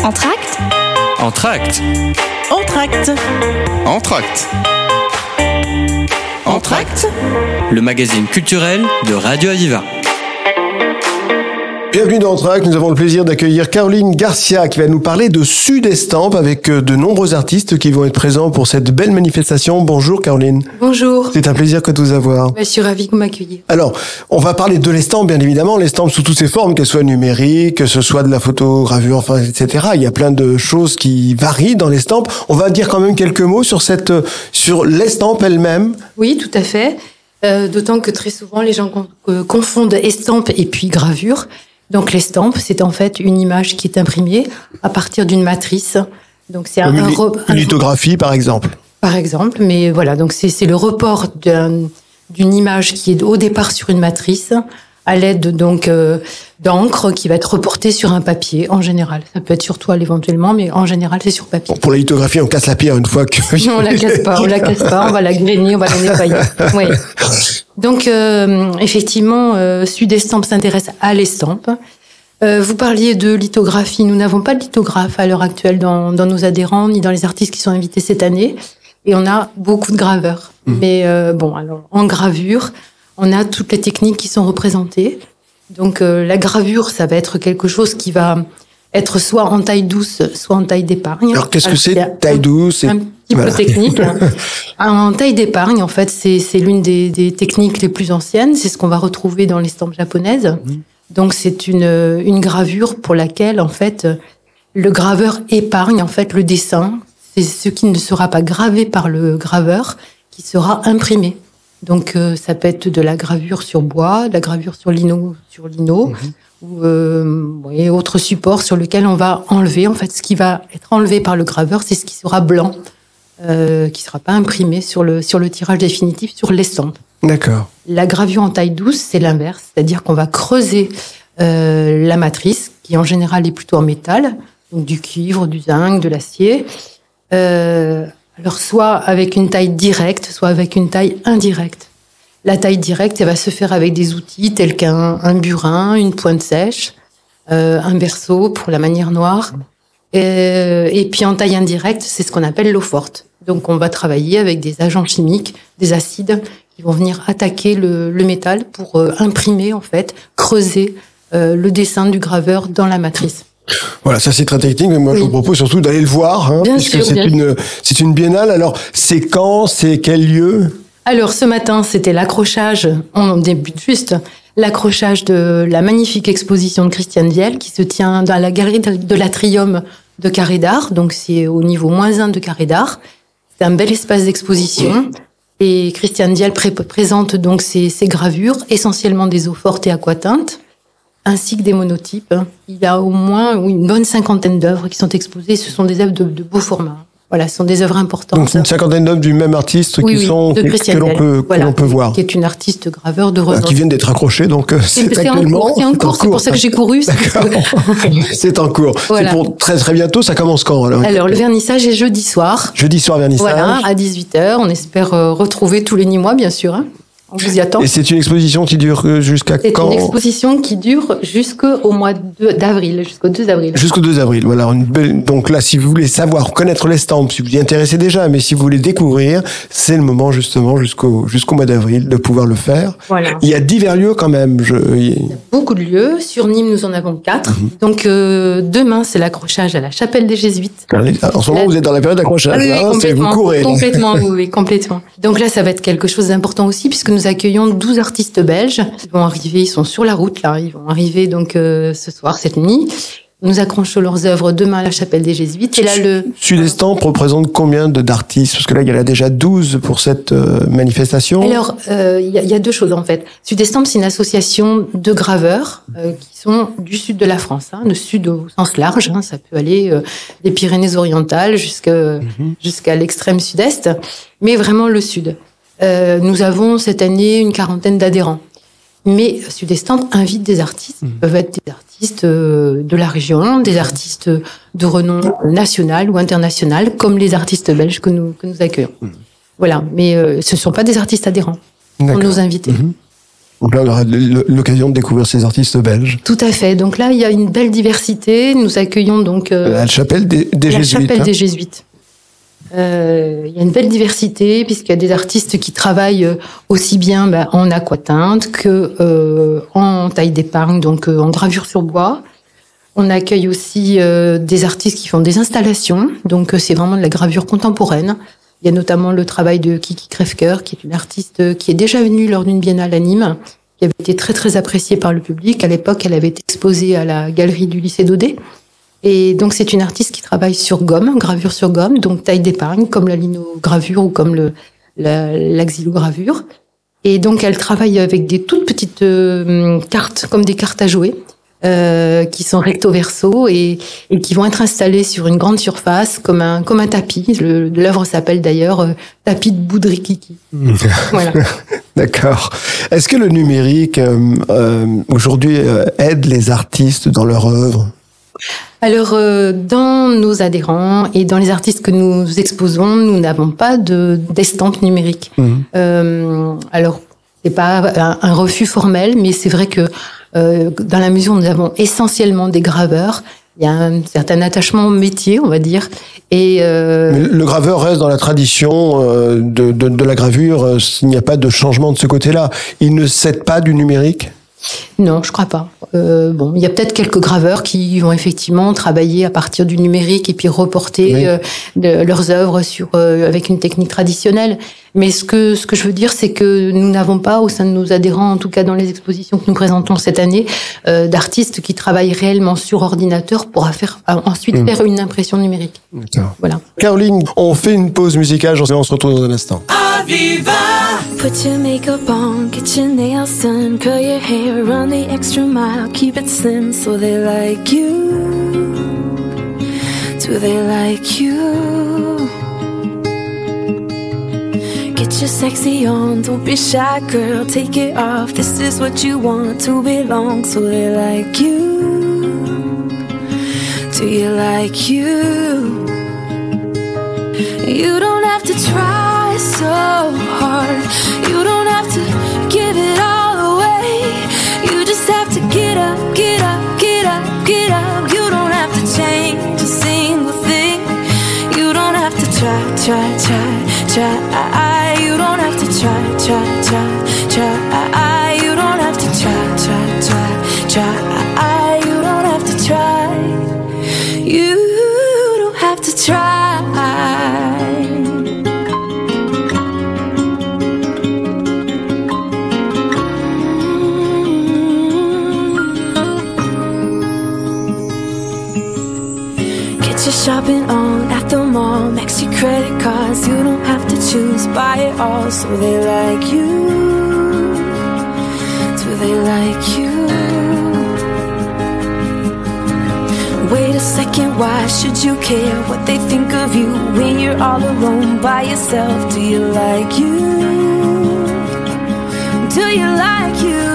Entracte. Entracte. Entracte. Entracte. Entracte. Le magazine culturel de Radio Aviva. Bienvenue dans Entracte, nous avons le plaisir d'accueillir Caroline Garcia qui va nous parler de Sud Estampes avec de nombreux artistes qui vont être présents pour cette belle manifestation. Bonjour Caroline. Bonjour. C'est un plaisir de vous avoir. Je suis ravie que vous m'accueilliez. Alors, on va parler de l'estampe bien évidemment, l'estampe sous toutes ses formes, qu'elle soit numérique, que ce soit de la photogravure, enfin, etc. Il y a plein de choses qui varient dans l'estampe. On va dire quand même quelques mots sur l'estampe elle-même. Oui, tout à fait. D'autant que très souvent les gens confondent estampe et puis gravure. Donc l'estampe, c'est en fait une image qui est imprimée à partir d'une matrice. Donc c'est une lithographie par exemple. Par exemple, mais voilà, donc c'est le report d'une image qui est au départ sur une matrice à l'aide donc d'encre qui va être reportée sur un papier en général. Ça peut être sur toile éventuellement, mais en général c'est sur papier. Bon, pour la lithographie, on casse la pierre une fois que. Non, on la casse pas, on va la grainer, on va la nettoyer. Oui. Donc effectivement, Sud Estampes s'intéresse à l'estampe. Vous parliez de lithographie. Nous n'avons pas de lithographe à l'heure actuelle dans nos adhérents ni dans les artistes qui sont invités cette année, et on a beaucoup de graveurs. Mais alors en gravure, on a toutes les techniques qui sont représentées. Donc la gravure, ça va être quelque chose qui va être soit en taille douce, soit en taille d'épargne. Alors qu'est-ce que c'est taille douce? Un petit peu technique. En taille d'épargne, en fait, c'est l'une des techniques les plus anciennes. C'est ce qu'on va retrouver dans l'estampe japonaise. Donc c'est une gravure pour laquelle, en fait, le graveur épargne en fait le dessin. C'est ce qui ne sera pas gravé par le graveur qui sera imprimé. Donc ça peut être de la gravure sur bois, de la gravure sur lino, ou et autres supports sur lesquels on va enlever. En fait, ce qui va être enlevé par le graveur, c'est ce qui sera blanc, qui sera pas imprimé sur le tirage définitif sur l'estampe. D'accord. La gravure en taille douce, c'est l'inverse, c'est-à-dire qu'on va creuser la matrice, qui en général est plutôt en métal, donc du cuivre, du zinc, de l'acier. Alors, soit avec une taille directe, soit avec une taille indirecte. La taille directe, elle va se faire avec des outils tels qu'un burin, une pointe sèche, un berceau pour la manière noire. Et puis en taille indirecte, c'est ce qu'on appelle l'eau forte. Donc on va travailler avec des agents chimiques, des acides, qui vont venir attaquer le métal pour imprimer, en fait, creuser le dessin du graveur dans la matrice. Voilà, ça c'est très technique, mais moi je vous propose surtout d'aller le voir, puisque c'est une biennale. Alors, c'est quand, c'est quel lieu? Alors, ce matin, c'était l'accrochage, on débute juste, l'accrochage de la magnifique exposition de Christiane Vielle qui se tient dans la galerie de l'Atrium de Carré d'Art, donc c'est au niveau -1 de Carré d'Art. C'est un bel espace d'exposition. Et Christiane Vielle présente donc ses gravures, essentiellement des eaux fortes et aquatintes, ainsi que des monotypes. Il y a au moins une bonne 50aine d'œuvres qui sont exposées. Ce sont des œuvres de beau format. Voilà, ce sont des œuvres importantes. Donc, une 50aine d'œuvres du même artiste que l'on peut voir. Qui est une artiste graveur de renom. Qui viennent d'être accrochés, donc c'est actuellement. C'est en cours, c'est pour ça que j'ai couru. C'est en cours. Voilà. C'est pour très très bientôt, ça commence quand alors le vernissage est jeudi soir. Jeudi soir, vernissage. Voilà, à 18h. On espère retrouver tous les Nîmois, bien sûr. On vous y attend. Et c'est une exposition qui dure jusqu'à quand? C'est une exposition qui dure jusqu'au mois d'avril, jusqu'au 2 avril. Jusqu'au 2 avril, voilà. Donc là, si vous voulez savoir, connaître l'estampe, si vous y intéressez déjà, mais si vous voulez découvrir, c'est le moment justement jusqu'au mois d'avril de pouvoir le faire. Voilà. Il y a divers lieux quand même. Il y a beaucoup de lieux. Sur Nîmes, nous en avons 4. Donc demain, c'est l'accrochage à la chapelle des Jésuites. En ce moment, vous êtes dans la période d'accrochage. Vous courez. Complètement, oui, complètement. Donc là, ça va être quelque chose d'important aussi, puisque nous accueillons 12 artistes belges. Ils vont arriver, ils sont sur la route là. Ils vont arriver donc ce soir, cette nuit. Nous accrochons leurs œuvres demain à la chapelle des Jésuites. Et là, Sud Estampes représente combien d'artistes? Parce que là, il y en a déjà 12 pour cette manifestation. Alors, il y a deux choses en fait. Sud Estampes, c'est une association de graveurs qui sont du sud de la France, le sud au sens large. Ça peut aller des Pyrénées-Orientales jusqu'à l'extrême sud-est, mais vraiment le sud. Nous avons cette année une 40aine d'adhérents. Mais Sud Estampes invite des artistes, qui peuvent être des artistes de la région, des artistes de renom national ou international, comme les artistes belges que nous accueillons. Voilà, mais ce ne sont pas des artistes adhérents, pour nos invités. Donc là, on aura l'occasion de découvrir ces artistes belges. Tout à fait. Donc là, il y a une belle diversité. Nous accueillons donc la chapelle des Jésuites. La chapelle des Jésuites. Il y a une belle diversité puisqu'il y a des artistes qui travaillent aussi bien en aquatinte que en taille d'épargne, donc en gravure sur bois. On accueille aussi des artistes qui font des installations, donc c'est vraiment de la gravure contemporaine. Il y a notamment le travail de Kiki Crèvecoeur, qui est une artiste qui est déjà venue lors d'une biennale à Nîmes, qui avait été très très appréciée par le public. À l'époque, elle avait été exposée à la galerie du lycée d'Audet. Et donc c'est une artiste qui travaille sur gomme, gravure sur gomme, donc taille d'épargne, comme la linogravure ou comme la xylogravure. Et donc elle travaille avec des toutes petites cartes, comme des cartes à jouer, qui sont recto verso et qui vont être installées sur une grande surface comme un tapis. L'œuvre s'appelle d'ailleurs tapis de Boudrikiki. Voilà. D'accord. Est-ce que le numérique aujourd'hui aide les artistes dans leur œuvre? Alors, dans nos adhérents et dans les artistes que nous exposons, nous n'avons pas d'estampe numérique. Alors, c'est pas un refus formel, mais c'est vrai que dans la mesure où nous avons essentiellement des graveurs, il y a un certain attachement au métier, on va dire. Et mais le graveur reste dans la tradition de la gravure. Il n'y a pas de changement de ce côté-là. Il ne cède pas du numérique? Non, je crois pas. Il y a peut-être quelques graveurs qui vont effectivement travailler à partir du numérique et puis reporter leurs œuvres avec une technique traditionnelle. Mais ce que je veux dire, c'est que nous n'avons pas, au sein de nos adhérents, en tout cas dans les expositions que nous présentons cette année, d'artistes qui travaillent réellement sur ordinateur pour ensuite faire une impression numérique. D'accord. Voilà. Caroline, on fait une pause musicale, on se retrouve dans un instant. Aviva! Put your makeup on, get your nails done, curl your hair, run the extra mile, keep it slim so they like you. Do they like you? Get your sexy on, don't be shy, girl, take it off. This is what you want to belong, so they like you. Do you like you? You don't have to try so hard. You don't have to give it all away. You just have to get up, get up, get up, get up. You don't have to change a single thing. You don't have to try. You don't have to try. You don't have to try. You don't have to try. You don't have to try. Shopping on at the mall, max your credit cards. You don't have to choose, buy it all. So they like you. Do they like you? Wait a second, why should you care what they think of you when you're all alone by yourself? Do you like you? Do you like you?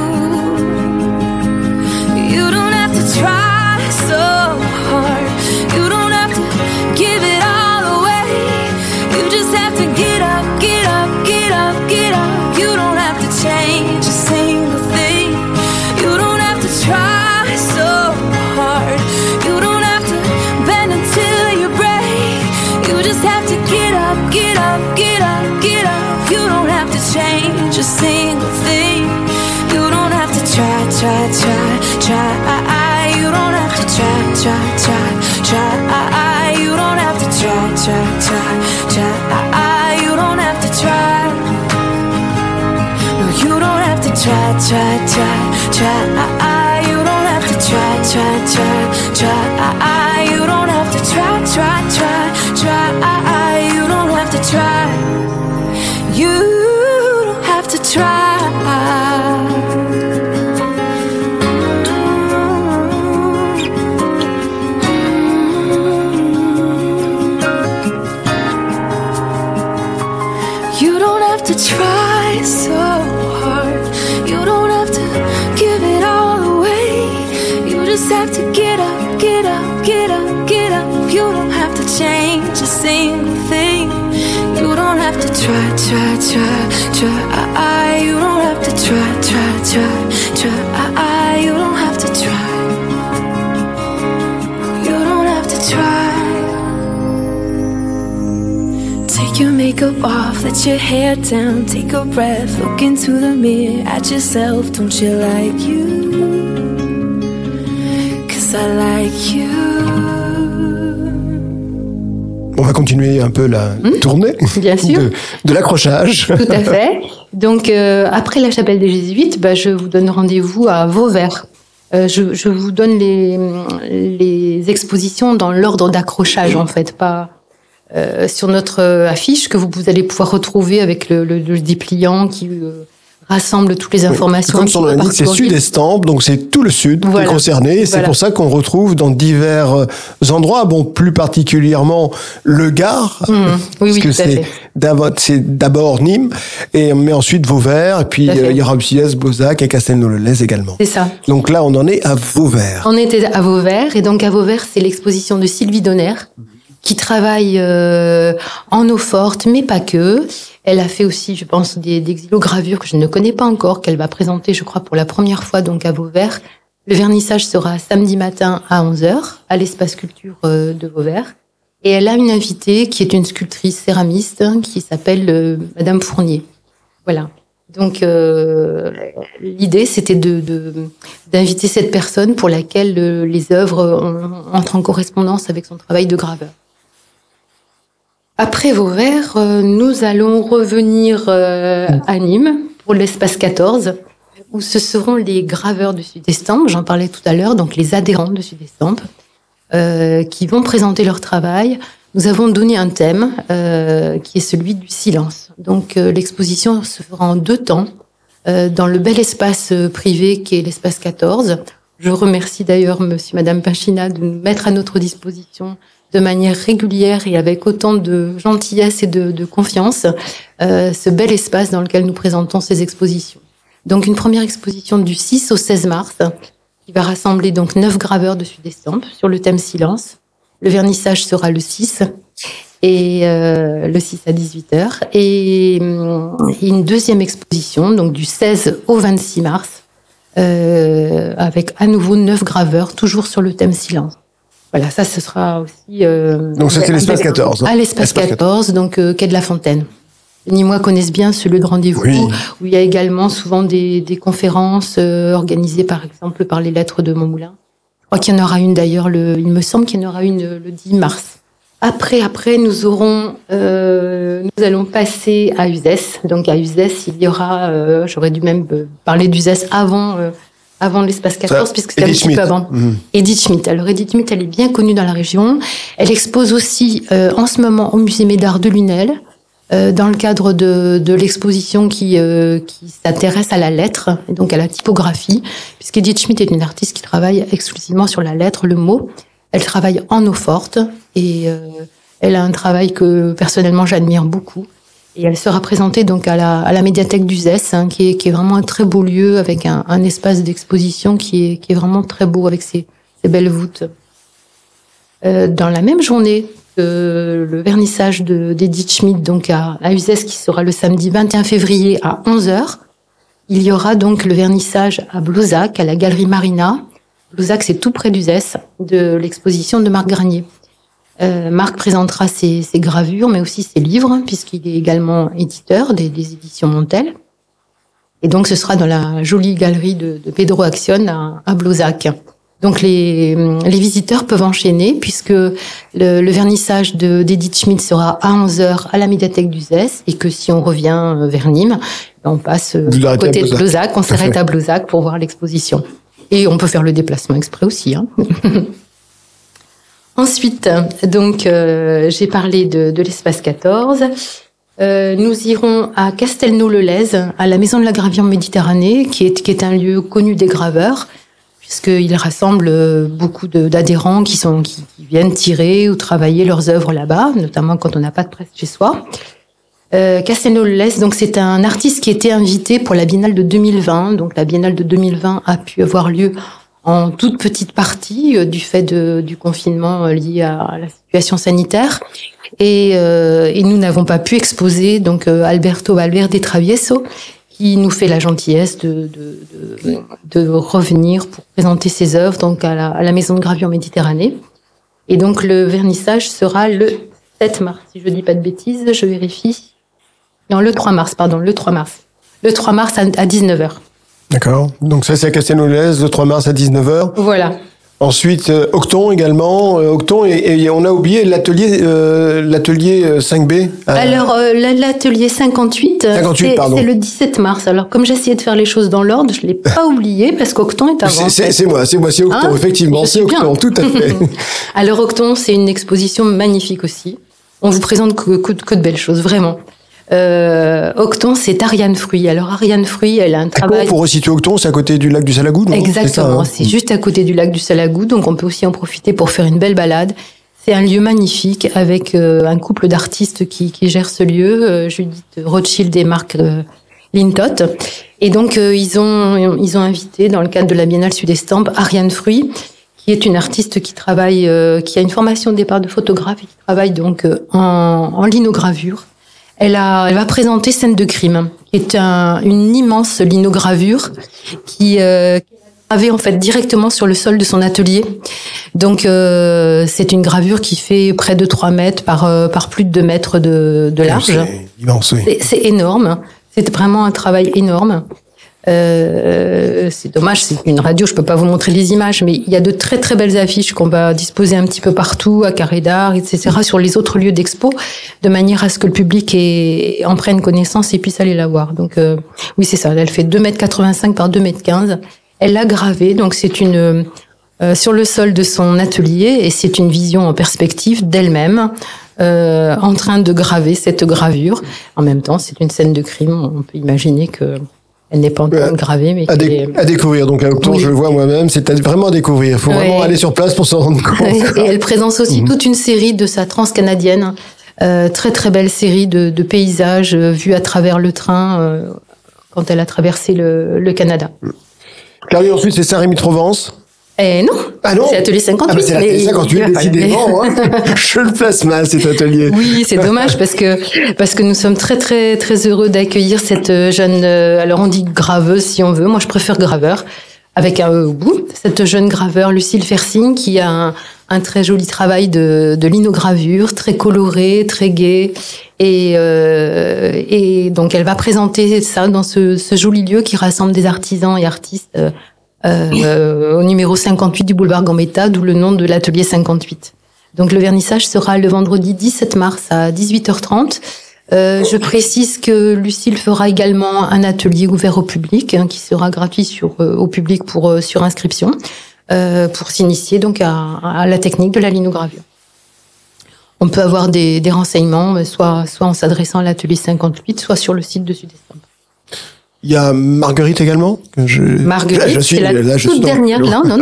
You don't have to try so hard. You don't have to give it all away. You just have to get up, get up, get up, get up. You don't have to change a single thing. You don't have to try so hard. You don't have to bend until you break. You just have to get up, get up, get up, get up. You don't have to change a single thing. You don't have to try. You don't have to try. You don't have to try. You don't have to try. No, you don't have to try. You don't have to try. You don't have to try. You don't have to try. You don't have to try. To try so hard. You don't have to give it all away. You just have to get up, get up, get up, get up. You don't have to change a single thing. You don't have to try. You don't have have to try. You don't have to try. You don't have to try. Take your makeup off, let your hair down, take a breath, look into the mirror at yourself. Don't you like you? 'Cause I like you. On va continuer un peu la tournée Bien sûr. de l'accrochage. Tout à fait. Donc, après la chapelle des Jésuites, je vous donne rendez-vous à Vauvert. Je vous donne les expositions dans l'ordre d'accrochage, en fait, pas sur notre affiche que vous allez pouvoir retrouver avec le dépliant qui rassemble toutes les informations. Comme son nom l'indique, c'est Sud-Estampes, donc c'est tout le Sud qui est concerné. Et c'est pour ça qu'on retrouve dans divers endroits, plus particulièrement le Gard, oui, parce que c'est d'abord Nîmes, mais ensuite Vauvert, et puis il y aura aussi Blozac et Castelnau-le-Lez également. C'est ça. Donc là, on en est à Vauvert. On était à Vauvert, et donc à Vauvert, c'est l'exposition de Sylvie Donner, qui travaille en eau forte, mais pas que. Elle a fait aussi, je pense, des xylogravures que je ne connais pas encore, qu'elle va présenter, je crois, pour la première fois donc à Vauvert. Le vernissage sera samedi matin à 11h, à l'espace culture de Vauvert. Et elle a une invitée qui est une sculptrice céramiste qui s'appelle Madame Fournier. Voilà. Donc, l'idée, c'était d'inviter cette personne pour laquelle les œuvres entrent en correspondance avec son travail de graveur. Après Vauvert, nous allons revenir à Nîmes pour l'espace 14, où ce seront les graveurs de Sud-Estampes, j'en parlais tout à l'heure, donc les adhérents de Sud-Estampes, qui vont présenter leur travail. Nous avons donné un thème qui est celui du silence. Donc l'exposition se fera en 2 temps, dans le bel espace privé qui est l'espace 14. Je remercie d'ailleurs monsieur et madame Pachina de nous mettre à notre disposition de manière régulière et avec autant de gentillesse et de confiance, ce bel espace dans lequel nous présentons ces expositions. Donc une première exposition du 6 au 16 mars, qui va rassembler donc 9 graveurs de Sud-Estampes sur le thème silence. Le vernissage sera le 6, et le 6 à 18h. Et une deuxième exposition, donc du 16 au 26 mars, avec à nouveau 9 graveurs, toujours sur le thème silence. Voilà, ça, ce sera aussi... donc, c'était l'espace 14. À l'espace 14, donc quai de la Fontaine. Les Nîmois connaissent bien ce lieu de rendez-vous, où il y a également souvent des conférences organisées, par exemple, par les Lettres de Montmoulin. Je crois qu'il y en aura une, d'ailleurs, il me semble qu'il y en aura une le 10 mars. Après, nous allons passer à Uzès. Donc, à Uzès, il y aura... j'aurais dû même parler d'Uzès avant l'espace 14, puisque c'est un petit peu avant. Edith Schmidt. Alors, Edith Schmidt, elle est bien connue dans la région. Elle expose aussi, en ce moment, au musée Médard de Lunel, dans le cadre de l'exposition qui s'intéresse à la lettre, et donc à la typographie, puisqu'Edith Schmidt est une artiste qui travaille exclusivement sur la lettre, le mot. Elle travaille en eau forte, et elle a un travail que, personnellement, j'admire beaucoup. Et elle sera présentée donc à la médiathèque d'Uzès, qui est vraiment un très beau lieu avec un espace d'exposition qui est vraiment très beau avec ses belles voûtes. Dans la même journée, le vernissage d'Edith Schmidt donc à Uzès, qui sera le samedi 21 février à 11h, il y aura donc le vernissage à Blozac, à la galerie Marina. Blozac, c'est tout près d'Uzès, de l'exposition de Marc Granier. Marc présentera ses gravures, mais aussi ses livres, puisqu'il est également éditeur des éditions Montel. Et donc, ce sera dans la jolie galerie de Pedro Action à Blozac. Donc, les visiteurs peuvent enchaîner, puisque le vernissage d'Edith Schmidt sera à 11h à la médiathèque d'Uzès, et que si on revient vers Nîmes, on passe à côté de Blozac, on s'arrête à Blozac pour voir l'exposition. Et on peut faire le déplacement exprès aussi, hein. Ensuite, donc, j'ai parlé de l'espace 14. Nous irons à Castelnau-le-Lez, à la Maison de la Gravure Méditerranée, qui est un lieu connu des graveurs, puisqu'il rassemble beaucoup d'adhérents qui viennent tirer ou travailler leurs œuvres là-bas, notamment quand on n'a pas de presse chez soi. Castelnau-le-Lez, donc c'est un artiste qui était invité pour la Biennale de 2020. Donc la Biennale de 2020 a pu avoir lieu en toute petite partie du fait du confinement lié à la situation sanitaire, et nous n'avons pas pu exposer donc Alberto Valverde Travieso, qui nous fait la gentillesse de revenir pour présenter ses œuvres donc à la Maison de Gravure Méditerranée. Et donc le vernissage sera le 7 mars, si je dis pas de bêtises, je vérifie. Non, le 3 mars. Le 3 mars à 19h. D'accord. Donc ça, c'est à Castelnau-lès, le 3 mars à 19h. Voilà. Ensuite, Octon également. Octon, et on a oublié l'atelier 5B. Alors, l'atelier 58, c'est le 17 mars. Alors, comme j'essayais de faire les choses dans l'ordre, je ne l'ai pas oublié parce qu'Octon est avant. C'est moi, c'est Octon, effectivement. C'est Octon, tout à fait. Alors, Octon, c'est une exposition magnifique aussi. On vous présente que de belles choses, vraiment. Octon, c'est Ariane Fruit. Alors Ariane Fruit, elle a un travail. Pour resituer Octon, c'est à côté du lac du Salagou, non? Exactement, c'est juste à côté du lac du Salagou, donc on peut aussi en profiter pour faire une belle balade. C'est un lieu magnifique avec un couple d'artistes qui gère ce lieu, Judith Rothschild et Marc Lintott. Et donc ils ont invité dans le cadre de la Biennale Sud-Estampe Ariane Fruit, qui est une artiste qui travaille, qui a une formation de départ de photographe et qui travaille donc en linogravure. Elle va présenter Scène de crime, qui est une immense linogravure qui gravée en fait directement sur le sol de son atelier. Donc c'est une gravure qui fait près de 3 mètres par plus de 2 mètres de large. C'est immense, oui. C'est énorme. C'est vraiment un travail énorme. C'est dommage, c'est une radio, je peux pas vous montrer les images, mais il y a de très très belles affiches qu'on va disposer un petit peu partout, à Carré d'Art, etc., sur les autres lieux d'expo, de manière à ce que le public en prenne connaissance et puisse aller la voir. Donc oui, c'est ça, elle fait 2,85 m par 2,15 m. Elle l'a gravée, donc c'est sur le sol de son atelier, et c'est une vision en perspective d'elle-même, en train de graver cette gravure. En même temps, c'est une scène de crime, on peut imaginer que elle n'est pas en train de graver, mais à découvrir. Donc à Octon, je le vois moi-même, c'est vraiment à découvrir. Il faut vraiment aller sur place pour s'en rendre compte. Et elle présente aussi toute une série de sa transcanadienne, très très belle série de paysages vus à travers le train quand elle a traversé le Canada. Claire, ensuite c'est Saint-Rémy-de-Provence. Non. Ah non. C'est l'atelier 58. C'est l'atelier 58, décidément. Je le place mal, cet atelier. Oui, c'est dommage parce que nous sommes très très très heureux d'accueillir cette jeune. Alors on dit graveuse si on veut. Moi, je préfère graveur avec un E au bout. Cette jeune graveur, Lucille Fersing, qui a un très joli travail de linogravure, très coloré, très gai, et donc elle va présenter ça dans ce joli lieu qui rassemble des artisans et artistes. Au numéro 58 du boulevard Gambetta, d'où le nom de l'atelier 58. Donc le vernissage sera le vendredi 17 mars à 18h30. Je précise que Lucille fera également un atelier ouvert au public, qui sera gratuit au public sur inscription, pour s'initier donc à la technique de la linogravure. On peut avoir des renseignements, soit en s'adressant à l'atelier 58, soit sur le site de Sud-Estampe. Il y a Marguerite également. Marguerite, c'est la toute dernière.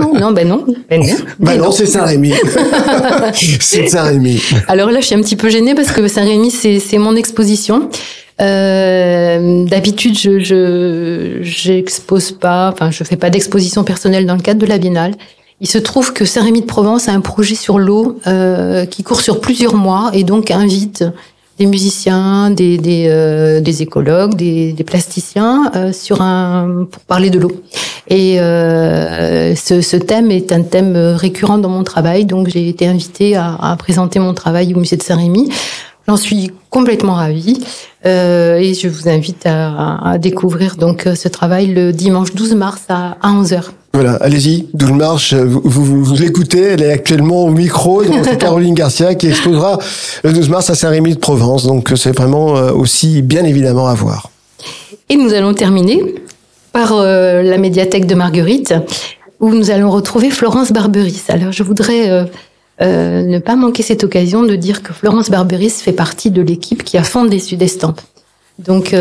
Non, c'est Saint-Rémy. C'est Saint-Rémy. Alors là, je suis un petit peu gênée parce que Saint-Rémy, c'est mon exposition. D'habitude, j'expose pas, je fais pas d'exposition personnelle dans le cadre de la Biennale. Il se trouve que Saint-Rémy-de-Provence a un projet sur l'eau qui court sur plusieurs mois et donc invite des musiciens, des écologues, des plasticiens pour parler de l'eau. Et ce thème est un thème récurrent dans mon travail, donc j'ai été invitée à présenter mon travail au musée de Saint-Rémy. J'en suis complètement ravie et je vous invite à découvrir donc ce travail le dimanche 12 mars à 11h. Voilà, allez-y, 12 mars, vous l'écoutez, elle est actuellement au micro, donc c'est Caroline Garcia qui exposera le 12 mars à Saint-Rémy-de-Provence, donc c'est vraiment aussi bien évidemment à voir. Et nous allons terminer par la médiathèque de Marguerite, où nous allons retrouver Florence Barberis. Alors je voudrais ne pas manquer cette occasion de dire que Florence Barberis fait partie de l'équipe qui a fondé Sud-Estampe. Donc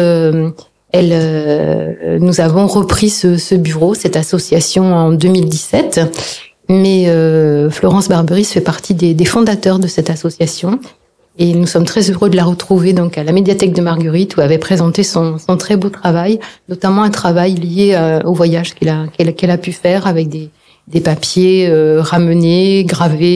nous avons repris ce bureau, cette association en 2017, mais Florence Barberis fait partie des fondateurs de cette association et nous sommes très heureux de la retrouver donc à la médiathèque de Marguerite où elle avait présenté son très beau travail, notamment un travail lié au voyage qu'elle a pu faire avec des papiers ramenés,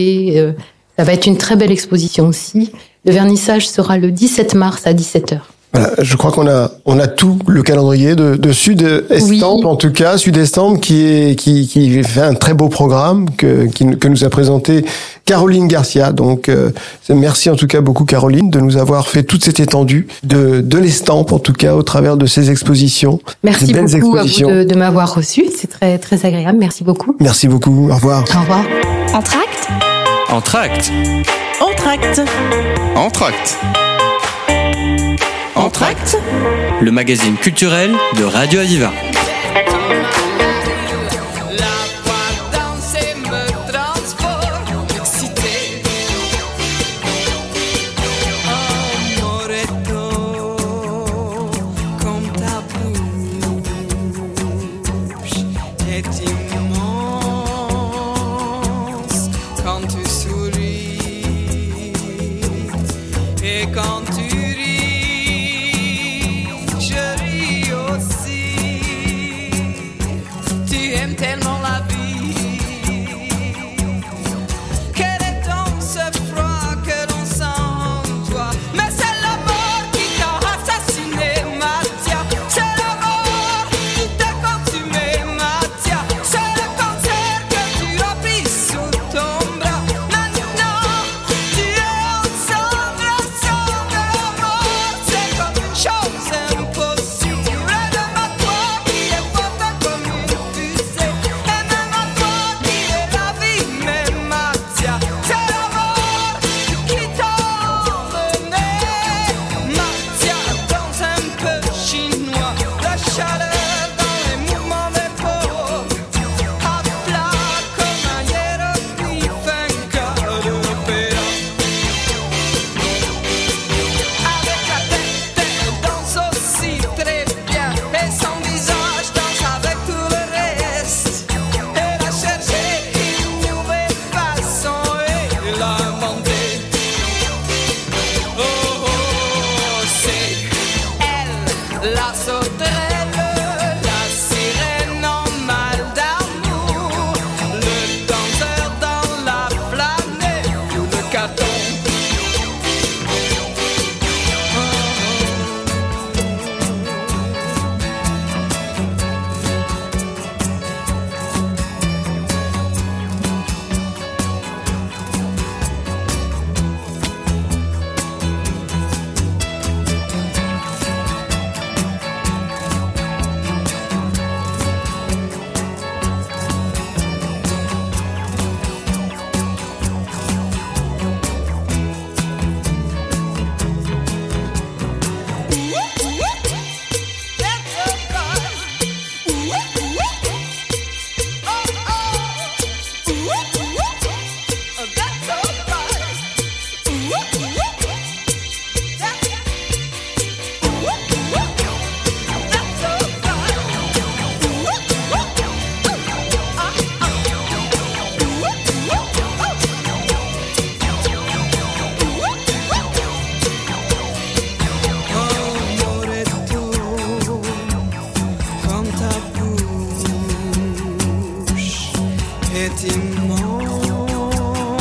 gravés. Ça va être une très belle exposition aussi. Le vernissage sera le 17 mars à 17h. Voilà, je crois qu'on a tout le calendrier de Sud-Estampe, en tout cas, Sud-Estampe qui fait un très beau programme que nous a présenté Caroline Garcia. Donc, merci en tout cas beaucoup Caroline de nous avoir fait toute cette étendue de l'Estampe, en tout cas, au travers de ces expositions. Merci beaucoup à vous de m'avoir reçu. C'est très, très agréable. Merci beaucoup. Merci beaucoup. Au revoir. Au revoir. Entracte. Entracte. Entracte. Entracte. Entracte, le magazine culturel de Radio Aviva.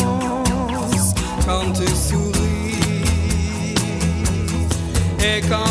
Quand tu souris et quand